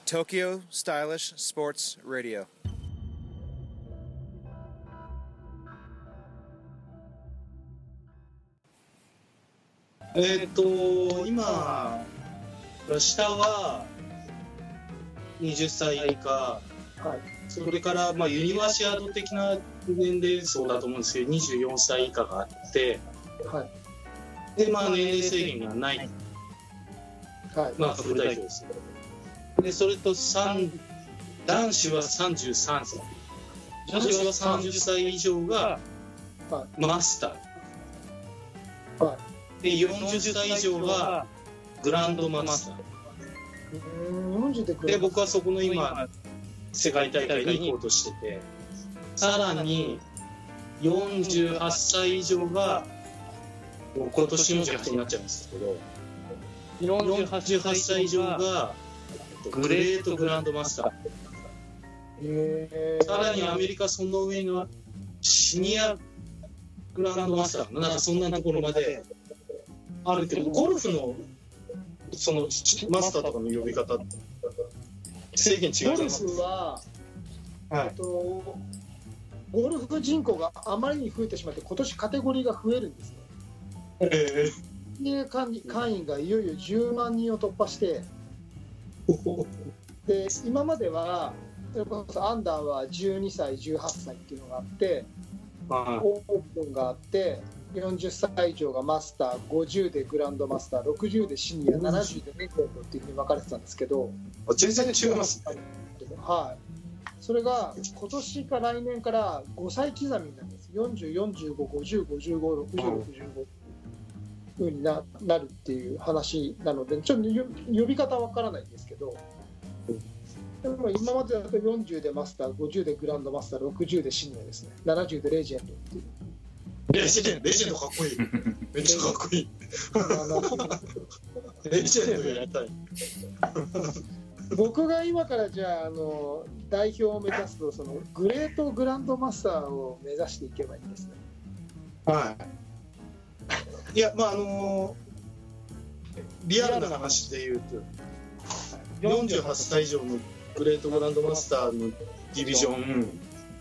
Tokyo Stylish Sports Radio. 今下は20歳以下、はい、それからユニバーシアード的な年齢層だと思うんですけど24歳以下があって、はい、で年齢制限がない、はい、フル代表ですでそれと男子は33歳女子は30歳以上がマスター、はい、で40歳以上がグランドマスターで僕はそこの今世界大会に行こうとしててさらに48歳以上が今年48になっちゃうんですけど48歳以上がグレートグランドマスターさらにアメリカその上がシニアグランドマスターなんかそんなところまであるけどゴルフのそのマスターとかの呼び方制限違います。 ゴルフは、はい、ゴルフ人口があまりに増えてしまって今年カテゴリーが増えるんですね。会員がいよいよ10万人を突破してで今まではそれこそアンダーは12歳18歳っていうのがあって、はい、オープンがあって40歳以上がマスター50でグランドマスター60でシニア70でレジェンドっていうふうに分かれてたんですけど全然違いますね、 はい、それが今年か来年から5歳刻みなんです40、45、50、55、60、65ふうに なるっていう話なのでちょっと呼び方は分からないんですけどでも今までだと40でマスター50でグランドマスター60でシニアですね70でレジェンドっていうレジェンドかっこいいめっちゃかっこいいレジェンドやりたい僕が今からじゃあ代表を目指すとそのグレートグランドマスターを目指していけばいいんですね。 はいいやリアルな話で言うと48歳以上のグレートグランドマスターのディビジョン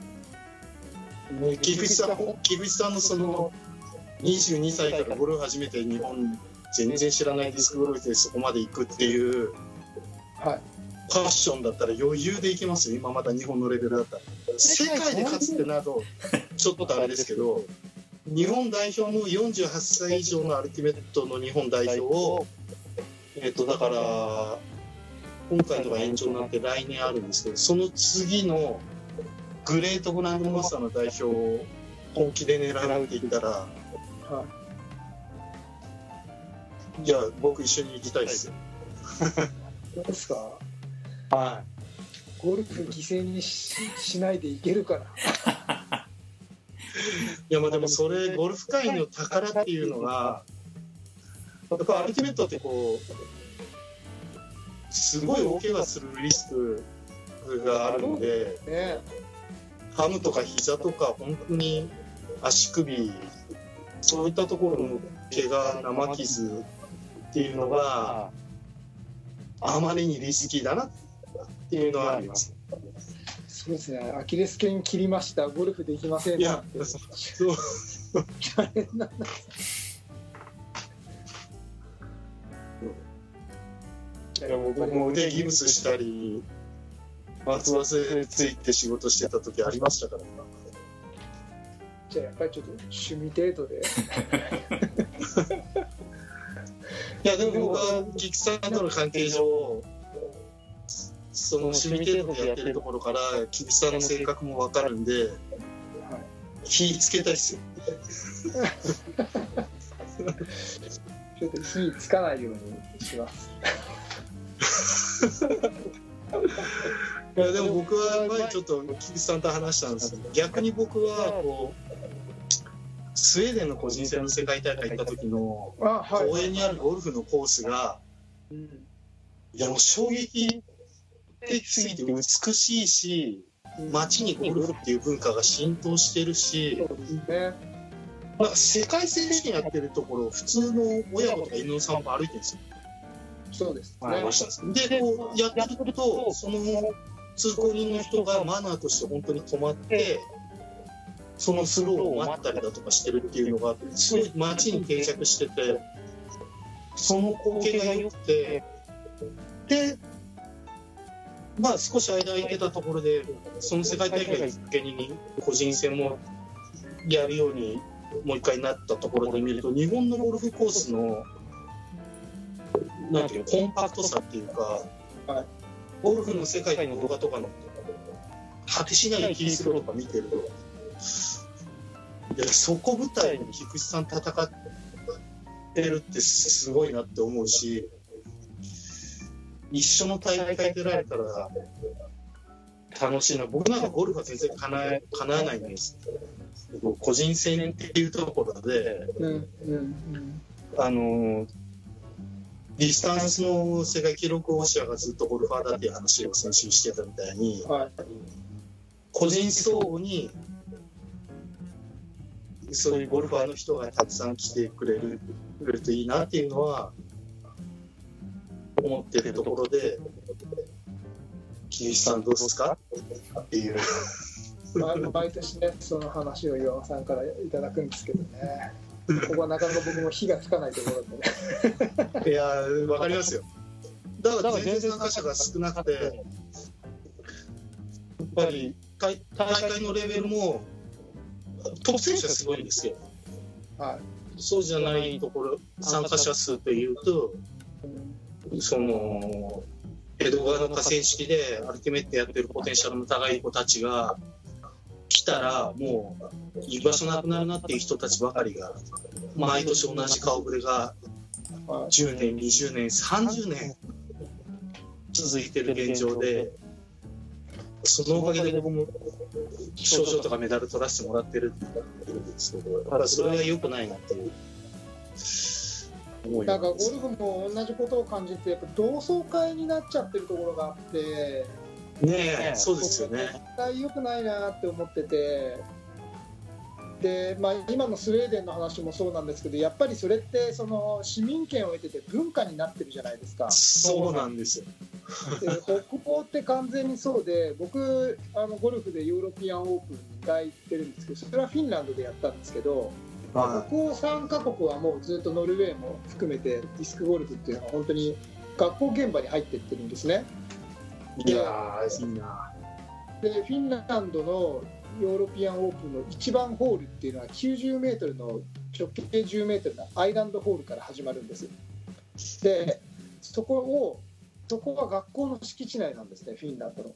菊池さんのその22歳からゴルフ始めて日本全然知らないディスクゴルフでそこまで行くっていう、はい、パッションだったら余裕でいけますよ今まだ日本のレベルだったら世界で勝つってなるとちょっとあれですけど日本代表の48歳以上のアルティメットの日本代表をだから今回とか延長になって来年あるんですけどその次のグレートグランドマスターの代表を本気で狙うって言ったら、はい、じゃあ僕一緒に行きたいですよどうですかはいゴルフ犠牲に しないでいけるかないやでもそれゴルフ界の宝っていうのがやっぱアルティメットってこうすごい大怪我するリスクがあるんで、ね、ハムとか膝とか本当に足首そういったところの怪我生傷っていうのがあまりにリスキーだなっていうのはあります。 そうですねアキレス腱切りましたゴルフできませんいやそう大変なんだ僕も腕ギブスしたり松葉杖ついて仕事してた時ありましたからじゃあやっぱりちょっと趣味程度でいやでも僕は菊池さんとの関係上その趣味程度でやってるところから菊池さんの性格も分かるんで、はい、火つけたいっすよちょっと火つかないようにしますいやでも僕は前ちょっと菊池さんと話したんですけど逆に僕はこうスウェーデンの個人戦の世界大会行った時の公園にあるゴルフのコースがいやもう衝撃的すぎて美しいし街にゴルフっていう文化が浸透してるしなんか世界選手権やってるところ普通の親子とか犬の散歩歩いてるんですよそうですね。 で、こうやってると、その通行人の人がマナーとして本当に止まって、そのスローを待ったりだとかしてるっていうのが、すごい街に定着してて、その光景が良くて、で、まあ少し間空いてたところで、その世界大会をきっかけに個人戦もやるようにもう一回なったところで見ると、日本のゴルフコースのなんていうコンパクトさっていうか、ゴルフの世界の動画とかの果てしないキースローとか見てると、いやそこ舞台に菊池さん戦ってるってすごいなって思うし、一緒の大会出られたら楽しいな。僕なんかゴルフは全然かなわないんです。個人戦っていうところで、ディスタンスの世界記録保持者がずっとゴルファーだっていう話を先週してたみたいに、個人総合にそういうゴルファーの人がたくさん来てくれるといいなっていうのは思ってるところで、木内さんどうですかっていう毎年ね、その話を岩尾さんからいただくんですけどね、ここはなかなか僕も火がつかないところだね。 いやわかりますよ。だから全然参加者が少なくて、やっぱり大会のレベルもトップ選手はすごいんですよ。そうじゃないところ、参加者数というと、その江戸川の河川敷でアルティメットやってるポテンシャルの高い子たちが来たらもう居場所なくなるなっていう人たちばかりが毎年同じ顔ぶれが10年20年30年続いてる現状で、そのおかげで僕も賞状とかメダル取らせてもらってるんですけど、ただそれは良くないなっていう。 なんかゴルフも同じことを感じて、やっぱ同窓会になっちゃってるところがあって、 そうですよね。 絶対良くないなって思ってて、で、今のスウェーデンの話もそうなんですけど、やっぱりそれってその市民権を得てて文化になってるじゃないですか。 そうなんですよ。 で北欧って完全にそうで、僕ゴルフでヨーロピアンオープン2回行ってるんですけど、それはフィンランドでやったんですけど、北欧3カ国はもうずっとノルウェーも含めてディスクゴルフっていうのは本当に学校現場に入っていってるんですね。 いやーいいな。 でフィンランドのヨーロピアンオープンの1番ホールっていうのは90メートルの直径10メートルのアイランドホールから始まるんです。でそこは学校の敷地内なんですね、フィンランドの。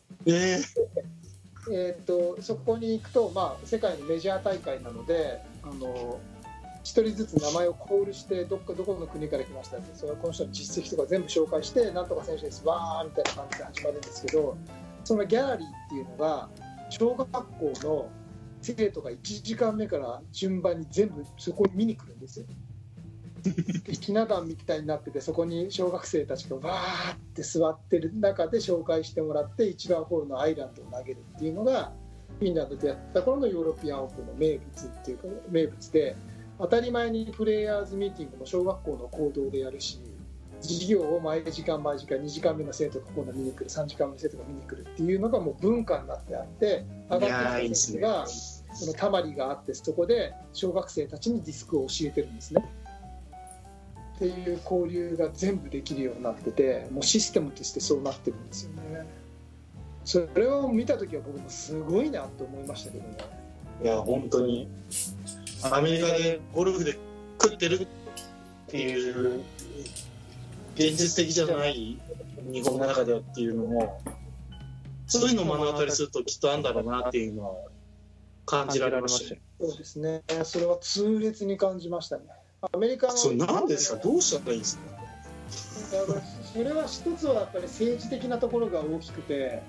そこに行くと、世界のメジャー大会なので、1人ずつ名前をコールして、どこの国から来ましたって、この人の実績とか全部紹介して、なんとか選手です、わーみたいな感じで始まるんですけど、そのギャラリーっていうのが、小学校の生徒が1時間目から順番に全部そこに見に来るんですよ。ひな壇みたいになってて、そこに小学生たちがわーって座ってる中で紹介してもらって、1番ホールのアイランドを投げるっていうのがフィンランドでやった頃のヨーロピアンオープンの名物っていうか名物で、当たり前にプレイヤーズミーティングも小学校の講堂でやるし、授業を毎時間2時間目の生徒が今度見に来る、3時間目の生徒が見に来るっていうのがもう文化になってあって、上がってきた選手がそのたまりがあって、そこで小学生たちにディスクを教えてるんですねっていう交流が全部できるようになってて、もうシステムとしてそうなってるんですよね。それを見たときは僕もすごいなと思いましたけどね。 いや本当にアメリカでゴルフで食ってるっていう現実的じゃない日本の中ではっていうのも、そういうのを目の当たりするときっとあるんだろうなっていうのは感じられましたね。 そうですね、それは痛烈に感じましたね。アメリカのそれなんですか、どうしたらいいんですか。 それは一つはやっぱり政治的なところが大きくて、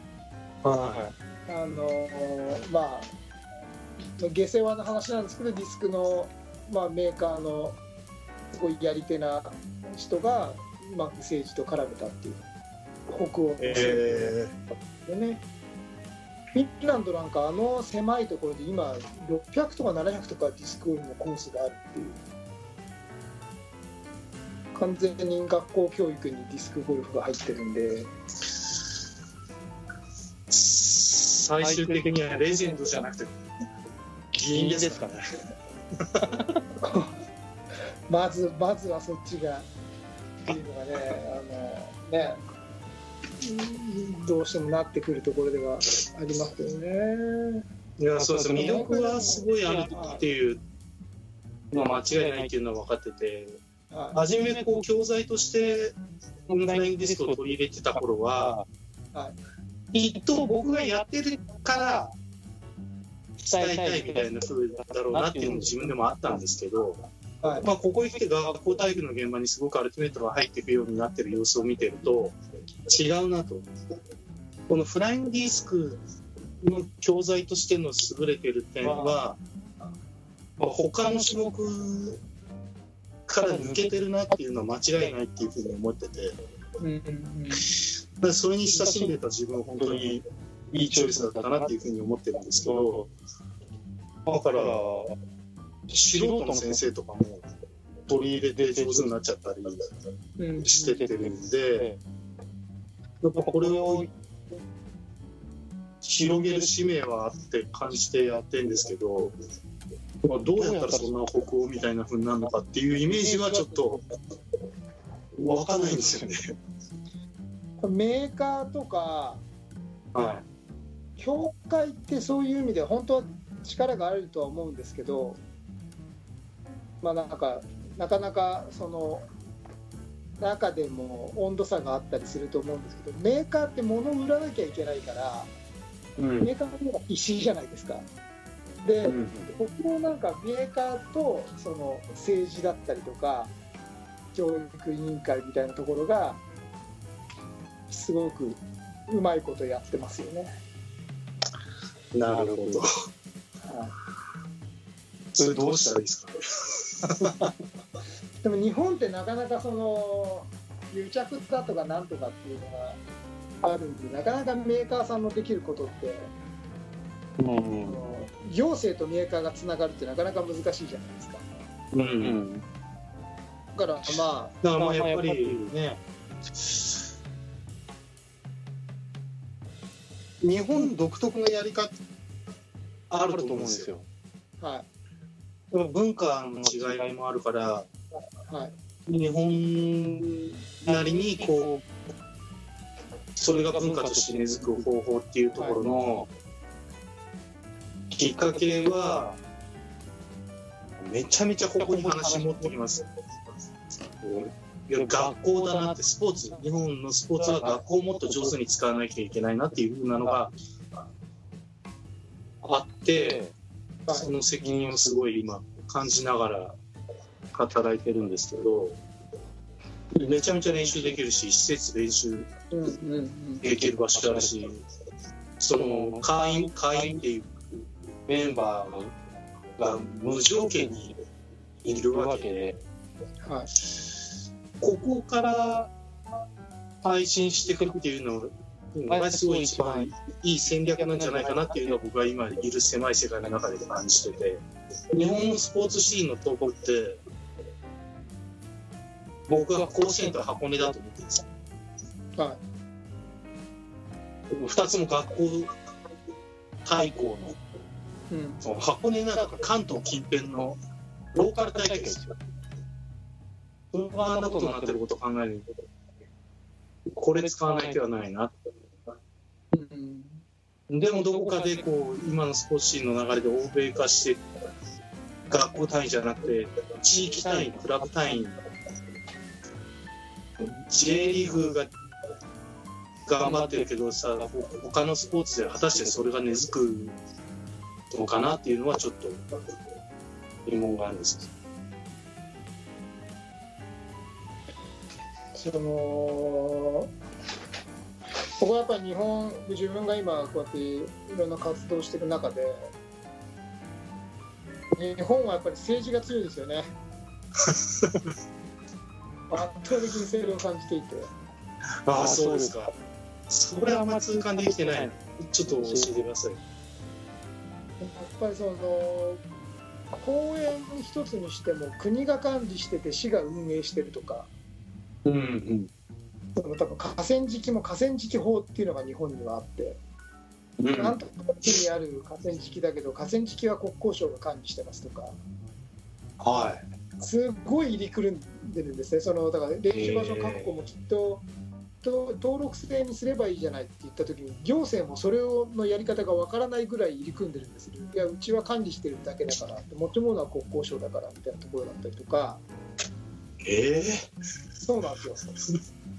下世話の話なんですけど、ディスクの、メーカーのすごいやり手な人がうまく政治と絡めたっていう北欧でね。フィンランドなんか狭いところで今600とか700とかディスクゴルフのコースがあるっていう完全に学校教育にディスクゴルフが入ってるんで、 最終的にはレジェンドじゃなくて議員ですからね。 まずはそっちがっていうのがね、どうしてもなってくるところではありますよね。 いや、そうです。魅力はすごいあるっていうのは間違いないっていうのは分かってて、初めこう教材としてオンラインディスクを取り入れてた頃は、きっと僕がやってるから伝えたいみたいな風だろうなっていうのも自分でもあったんですけど、まあ、ここへ来て学校体育の現場にすごくアルティメットが入っていくようになってる様子を見てると違うなと。このフライングディスクの教材としての優れてる点は、他の種目から抜けてるなっていうのは間違いないっていうふうに思ってて、それに親しんでた自分は本当にいいチョイスだったなっていうふうに思ってるんですけど、だから素人の先生とかも取り入れて上手になっちゃったりしてってるんで、やっぱこれを広げる使命はあって感じてやってるんですけど、どうやったらそんな北欧みたいな風になるのかっていうイメージはちょっと湧かないんですよね。 メーカーとか、協会ってそういう意味で本当は力があるとは思うんですけど、まあなかなかその中でも温度差があったりすると思うんですけど、メーカーって物を売らなきゃいけないから、メーカーの方が必死じゃないですか。で、僕もなんかメーカーとその政治だったりとか教育委員会みたいなところがすごくうまいことやってますよね。 なるほど。それどうしたらいいですか。 でも日本ってなかなかその癒着だとかなんとかっていうのがあるんで、なかなかメーカーさんのできることって、行政とメーカーがつながるってなかなか難しいじゃないですか。だからまあやっぱりね、日本独特のやり方あると思うんですよ。文化の違いもあるから、日本なりにこうそれが文化として根付く方法っていうところのきっかけはめちゃめちゃここに話持ってきます。いや、学校だなって、スポーツ、日本のスポーツは学校をもっと上手に使わなきゃいけないなっていう風なのがあって、その責任をすごい今感じながら働いてるんですけど、めちゃめちゃ練習できるし、施設練習できる場所だし、その会員っていうメンバーが無条件にいるわけで、ここから配信していくっていうのがすごい一番いい戦略なんじゃないかなっていうのは僕は今いる狭い世界の中で感じてて、日本のスポーツシーンのトップって僕は甲子園と箱根だと思ってるんですよ。2つも学校対抗の、その箱根なんか関東近辺のローカル大会ですよ。それがあんなことになってることを考えると、これ使わない手はないな。でもどこかでこう今のスポーツシーンの流れで欧米化して、学校単位じゃなくて地域単位、クラブ単位、J リーグが頑張ってるけどさ、他のスポーツで果たしてそれが根付くのかなっていうのはちょっと疑問があるんです。 僕はやっぱり自分が今こうやっていろんな活動している中で、日本はやっぱり政治が強いですよね。圧倒的にそれを感じていて。 ああ、そうですか。それはあんま痛感できてない。ちょっと教えてください。 やっぱりその公園一つにしても国が管理してて市が運営してるとか、 うんうん。 その多分河川敷も河川敷法っていうのが日本にはあって、なんとか地にある河川敷だけど河川敷は国交省が管理してますとか、 はすごい入り組んでるんですね。そのだから練習場所確保もきっと登録制にすればいいじゃないって言った時に行政もそれのやり方がわからないぐらい入り組んでるんですよ。いやうちは管理してるだけだから持ち物は国交省だからみたいなところだったりとか。そうなんですよ。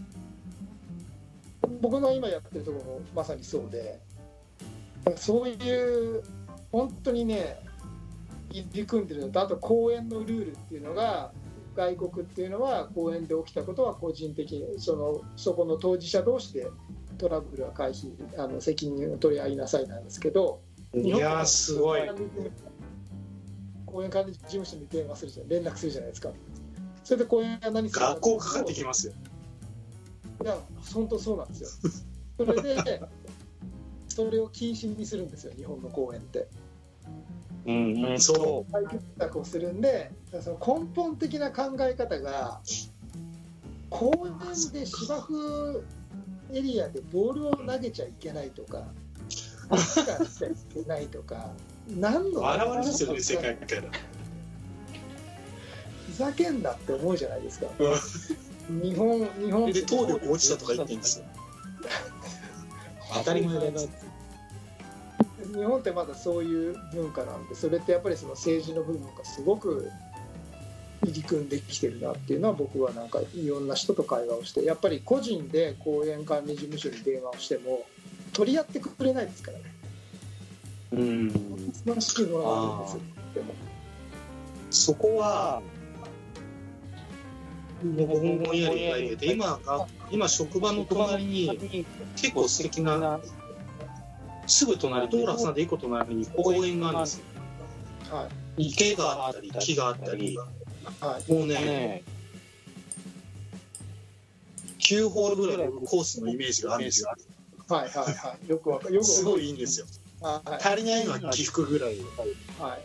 僕の今やってるところもまさにそうで、そういう本当にね入り組んでるのと、あと公園のルールっていうのが、外国っていうのは公園で起きたことは個人的にそこの当事者同士でトラブルは回避、責任を取り合いなさいなんですけど、 いやすごい。 公園管理事務所に電話するじゃん、連絡するじゃないですか。それで公園が何するか、 学校かかってきますよ。 いや本当そうなんですよ。それでそれを禁止にするんですよ、日本の公園って。 そう。 解決策をするんで、その根本的な考え方が、公園で芝生エリアでボールを投げちゃいけないとか、足がしちゃいけないとか、何の笑われですよね、世界から。 ふざけんなって思うじゃないですか。日本で塔で落ちたとか言ってるんですよ。当たり前だよ。 日本ってまだそういう文化なんで、それってやっぱりその政治の部分がすごく入り組んできてるなっていうのは、僕はなんかいろんな人と会話をして、やっぱり個人で公園管理事務所に電話をしても取り合ってくれないですからね。素晴らしいものがあるんですよ。でもそこは僕もぼんやり描いてて、今職場の隣に結構素敵な、すぐ隣、道路挟んで1個隣に公園があるんですよ。 はい、 池があったり木があったり、はい、もうね9ホールぐらいのコースのイメージがあるんですよ。 はいはいはい、よくわかる。 すごいいいんですよ。足りないのは起伏ぐらい。 はい、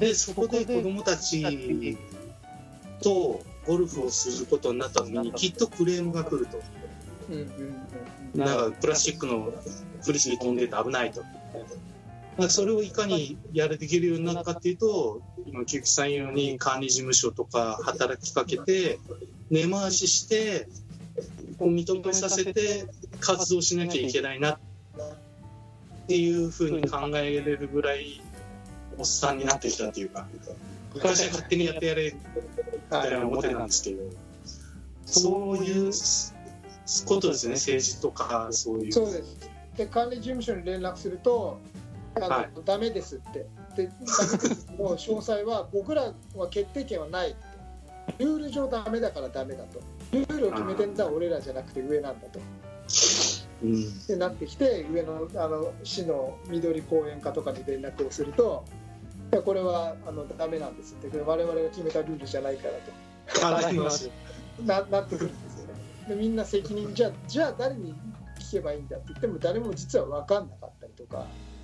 でそこで子供たちとゴルフをすることになった時にきっとクレームが来ると。なんかプラスチックのフリスビー飛んでて危ないと。それをいかにできるようになるかっていうと、今木内さん言うように管理事務所とか働きかけて根回しして認めさせて活動しなきゃいけないなっていうふうに考えれるぐらいおっさんになってきたっていうか、昔は勝手にやってやれみたいな思ってたんですけど、そういうことですね、政治とかそういう。 そうです。で管理事務所に連絡するとダメですって。でもう詳細は僕らは決定権はないって。ルール上ダメだからダメだと。ルールを決めてんだは俺らじゃなくて上なんだと。ってなってきて、上の市の緑公園課とかに連絡をすると、いやこれはダメなんですって。我々が決めたルールじゃないからと。なってくるんですよね。でみんな責任じゃあ誰に聞けばいいんだって言っても誰も実は分かんなかったりとか。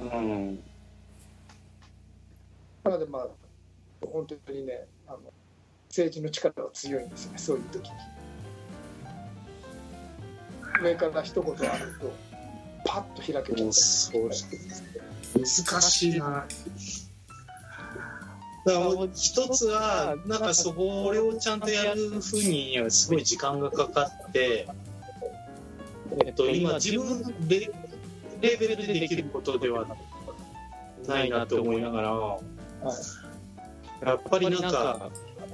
なので本当にね政治の力は強いんですよね、そういう時に。上から一言あるとパッと開けちゃったり。 難しいな。だから一つはなんかそれをちゃんとやるふうにはすごい時間がかかって、今自分レベルでできることではないなと思いながら、やっぱりなんか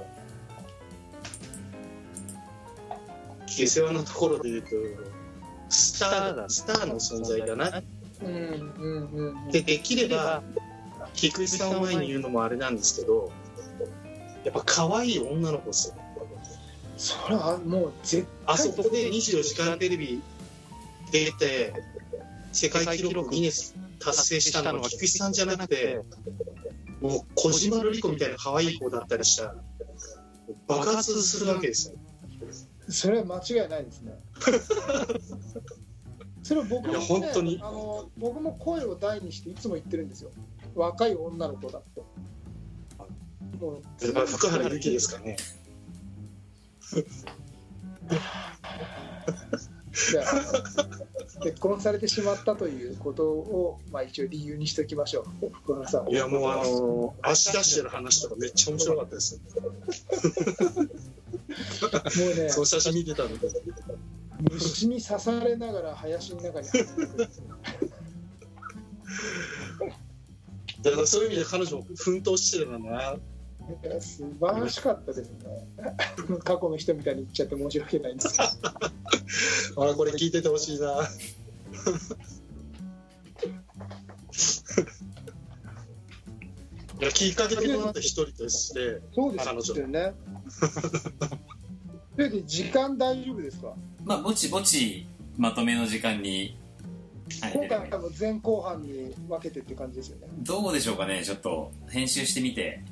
下世話のところで言うとスターの存在だな。できれば菊池さんを前に言うのもあれなんですけど、やっぱ可愛い女の子ですよ。 それはもう絶対あそこで24時間テレビ出て世界記録ギネス達成したのは菊池さんじゃなくて、もう小島瑠璃子みたいな可愛い子だったりしたら爆発するわけですよ。 それは間違いないですね。それは僕も、ね、 本当に僕も声を大にしていつも言ってるんですよ。若い女の子だって。 もう福原由紀ですかね。 じゃあ結婚されてしまったということを、一応理由にしておきましょう、福原さん。 いやもう足出してる話とかめっちゃ面白かったですもうね、 その写真見てたんで。 虫に刺されながら林の中に入ってくるんですよ。 だからそういう意味で彼女も奮闘してるんだな。 いや素晴らしかったですね。過去の人みたいに言っちゃって申し訳ないんですけど。 あらこれ聞いててほしいな。いやきっかけとなった一人としてそうですよね。で時間大丈夫ですか？ ぼちぼちまとめの時間に、 今回は多分前後半に分けてって感じですよね。 どうでしょうかね。ちょっと編集してみて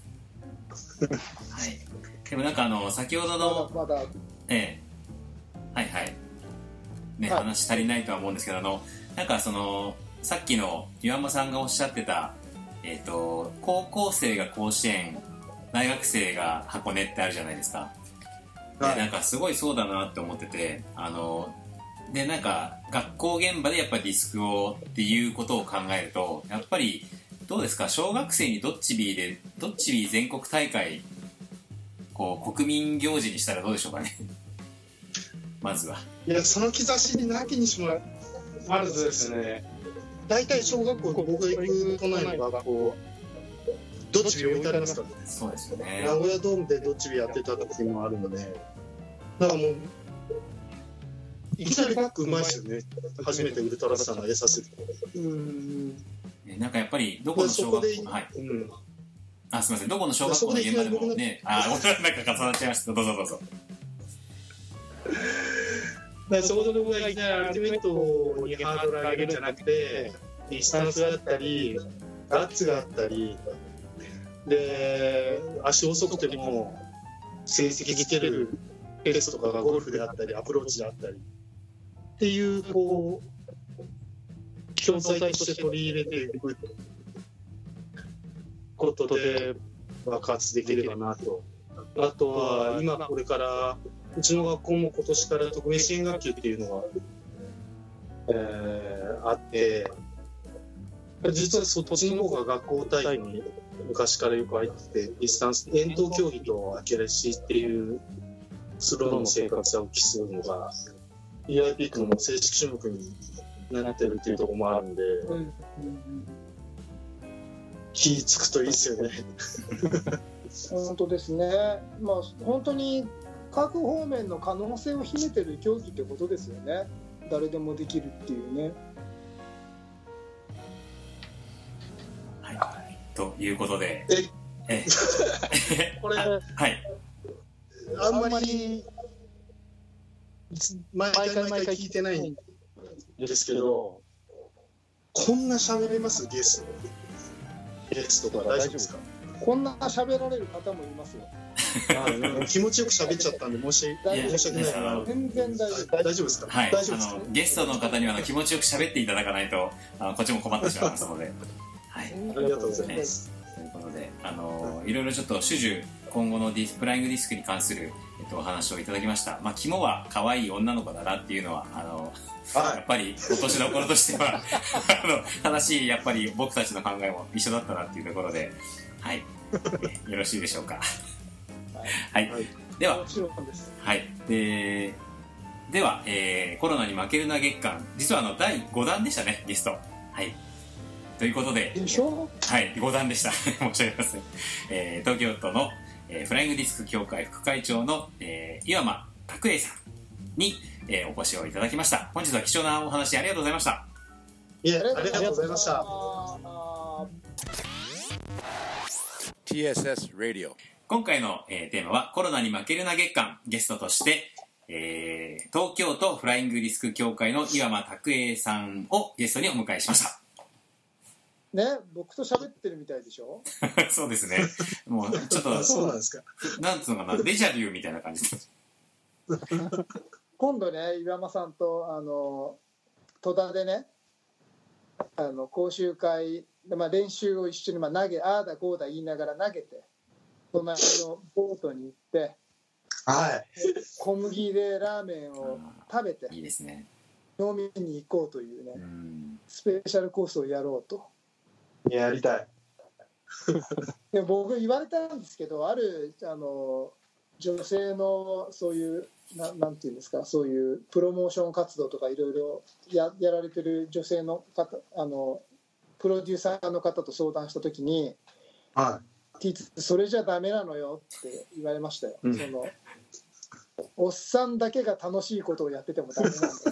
はい。でもなんか先ほどのまだはいはいね、 はい話足りないとは思うんですけどなんかさっきの岩間さんがおっしゃってた高校生が甲子園大学生が箱根ってあるじゃないですか。でなんかすごいそうだなって思っててでなんか学校現場でやっぱりディスクをっていうことを考えるとやっぱりどうですか、小学生にドッチビー全国大会こう国民行事にしたらどうでしょうかね。まずはいやその兆しになきにしもあるとですね、大体小学校僕が行く都内の学校ドッチビ置いてありますからね。 そうですよね。 名古屋ドームでドッチビやってた時もあるので、だからもういきなりバックうまいですよね。初めてウルトラスター投げさせて。 なんかやっぱりどこの小学校、はい、あ、すみません、どこの小学校の現場でもね、なんか重なっちゃいました。どうぞどうぞ。 そこで僕がいきなりアルティメットにハードル上げるんじゃなくて、ディスタンスがあったりガッツがあったりで、足遅くても成績つけるテストとかがゴルフであったりアプローチであったりっていうこう教材として取り入れていくことで爆発できればなと。あとは今これからうちの学校も今年から特別支援学級っていうのが、あって実はそっちの方が学校体育に昔からよく入ってて、ディスタンス遠投競技とアキュレシーっていうスローの正確さを競うのが EIP の正式種目になってるっていうところもあるんで、気ぃつくといいですよね。 本当ですね。本当に各方面の可能性を秘めてる競技ってことですよね。誰でもできるっていうね。 はい、ということでこれ、 はい、 あんまり毎回聞いてないんですけど、こんな喋れます？ゲストとか大丈夫ですか？ こんな喋られる方もいますよ。 気持ちよく喋っちゃったんで申し訳ないな。 全然大丈夫。 大丈夫ですか？ はい、 大丈夫ですか？ ゲストの方には気持ちよく喋っていただかないとこっちも困ってしまいますので、はい、 ありがとうございます。 ということでいろいろちょっと主従今後のフライングディスクに関する、お話をいただきました。肝は可愛い女の子だなっていうのはやっぱり落としどころとしては話やっぱり僕たちの考えも一緒だったなっていうところで、はい、よろしいでしょうか。はい、では、はい、では、コロナに負けるな月間、実は第5弾でしたね、ゲスト。はい。ということで、はい、5弾でした。申し訳ありません。東京都の、フライングディスク協会副会長の、岩間拓栄さんに、お越しをいただきました。本日は貴重なお話ありがとうございました。 いえ、ありがとうございました。 TSS Radio。 今回の、テーマはコロナに負けるな月間、ゲストとして、東京都フライングディスク協会の岩間拓栄さんをゲストにお迎えしました。 ね、僕と喋ってるみたいでしょ。 そうですね。もうちょっとそうなんですか。 なんつうのかな、デジャビューみたいな感じです。 今度ね、岩間さんと戸田でね、講習会で、練習を一緒に投げ、ああだこうだ言いながら投げて、隣のボートに行って、 はい小麦でラーメンを食べていいですね。 飲みに行こうというね、 うん。 スペシャルコースをやろうと。 やりたい。 で僕言われたんですけど、ある女性のそういうなんていうんですか、そういうプロモーション活動とかいろいろやられてる女性の方、プロデューサーの方と相談したときに、 はそれじゃダメなのよって言われましたよ。 うんおっさんだけが楽しいことをやっててもダメなんだよ。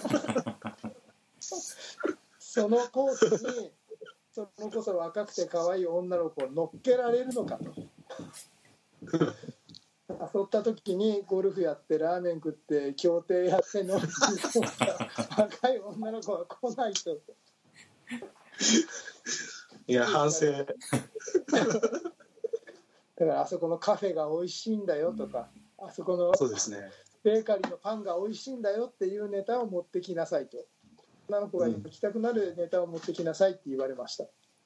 そのコースにそれこそ若くて可愛い女の子を乗っけられるのかと。誘った時にゴルフやってラーメン食って競艇やって飲みに行こうか、若い女の子は来ないと。 いや反省。 だからあそこのカフェが美味しいんだよとか、あそこのそうですね。 ベーカリーのパンが美味しいんだよっていうネタを持ってきなさいと。女の子が行きたくなるネタを持ってきなさいって言われました。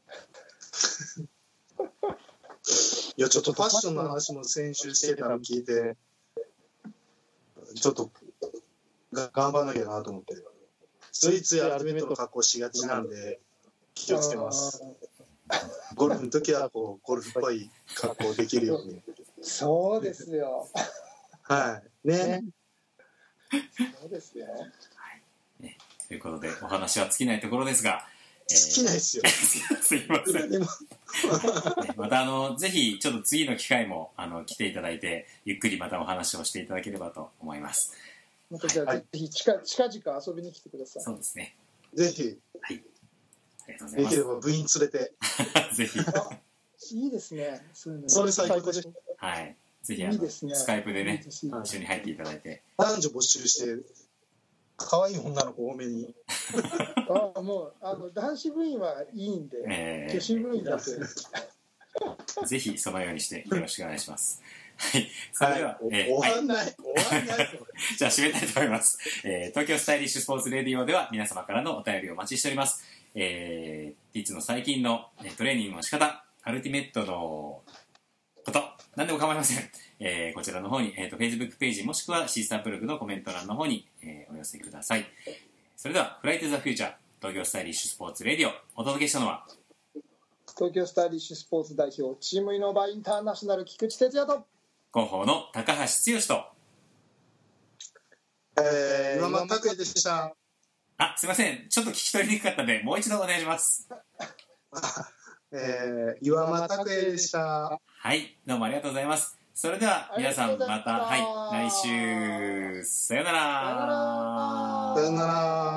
いやちょっとファッションの話も先週してたの聞いて、ちょっと頑張んなきゃなと思って、ついついアルティメットの格好しがちなんで気をつけます。ゴルフの時はこうゴルフっぽい格好できるように。 そうですよ。 はいね。 そうですよ。 ね、ということでお話は尽きないところですが、 尽きないですよ。 すいません。ね、またぜひちょっと次の機会も来ていただいてゆっくりまたお話をしていただければと思います。 またじゃあ、ぜひ近々遊びに来てください。 そうですね。 ぜひ。 はい。ありがとうございます。 できれば部員連れて。 ぜひ。 いいですね。 それ最高です。 はい。ぜひいいですね、 スカイプでね一緒に入っていただいて。 男女募集して可愛い女の子多めに。 もう男子部員はいいんで、女子部員だと。 ぜひそのようにしてよろしくお願いします。はい。それでは、 終わんない。 じゃあ締めたいと思います。東京スタイリッシュスポーツレディオでは皆様からのお便りをお待ちしております。ティッツの最近のトレーニングの仕方、アルティメットのこと、何でも構いません。こちらの方に、Facebook ページもしくはシースターブログのコメント欄の方に、お寄せください。それでは、フライトゥザフューチャー東京スタイリッシュスポーツレディオ、お届けしたのは東京スタイリッシュスポーツ代表チームイノバインターナショナル菊池哲也と広報の高橋剛と岩間拓也でした。 すいません、ちょっと聞き取りにくかったのでもう一度お願いします。 岩間拓也でした。 はい、どうもありがとうございます。それでは皆さんまた、はい、来週さよなら。 さよなら。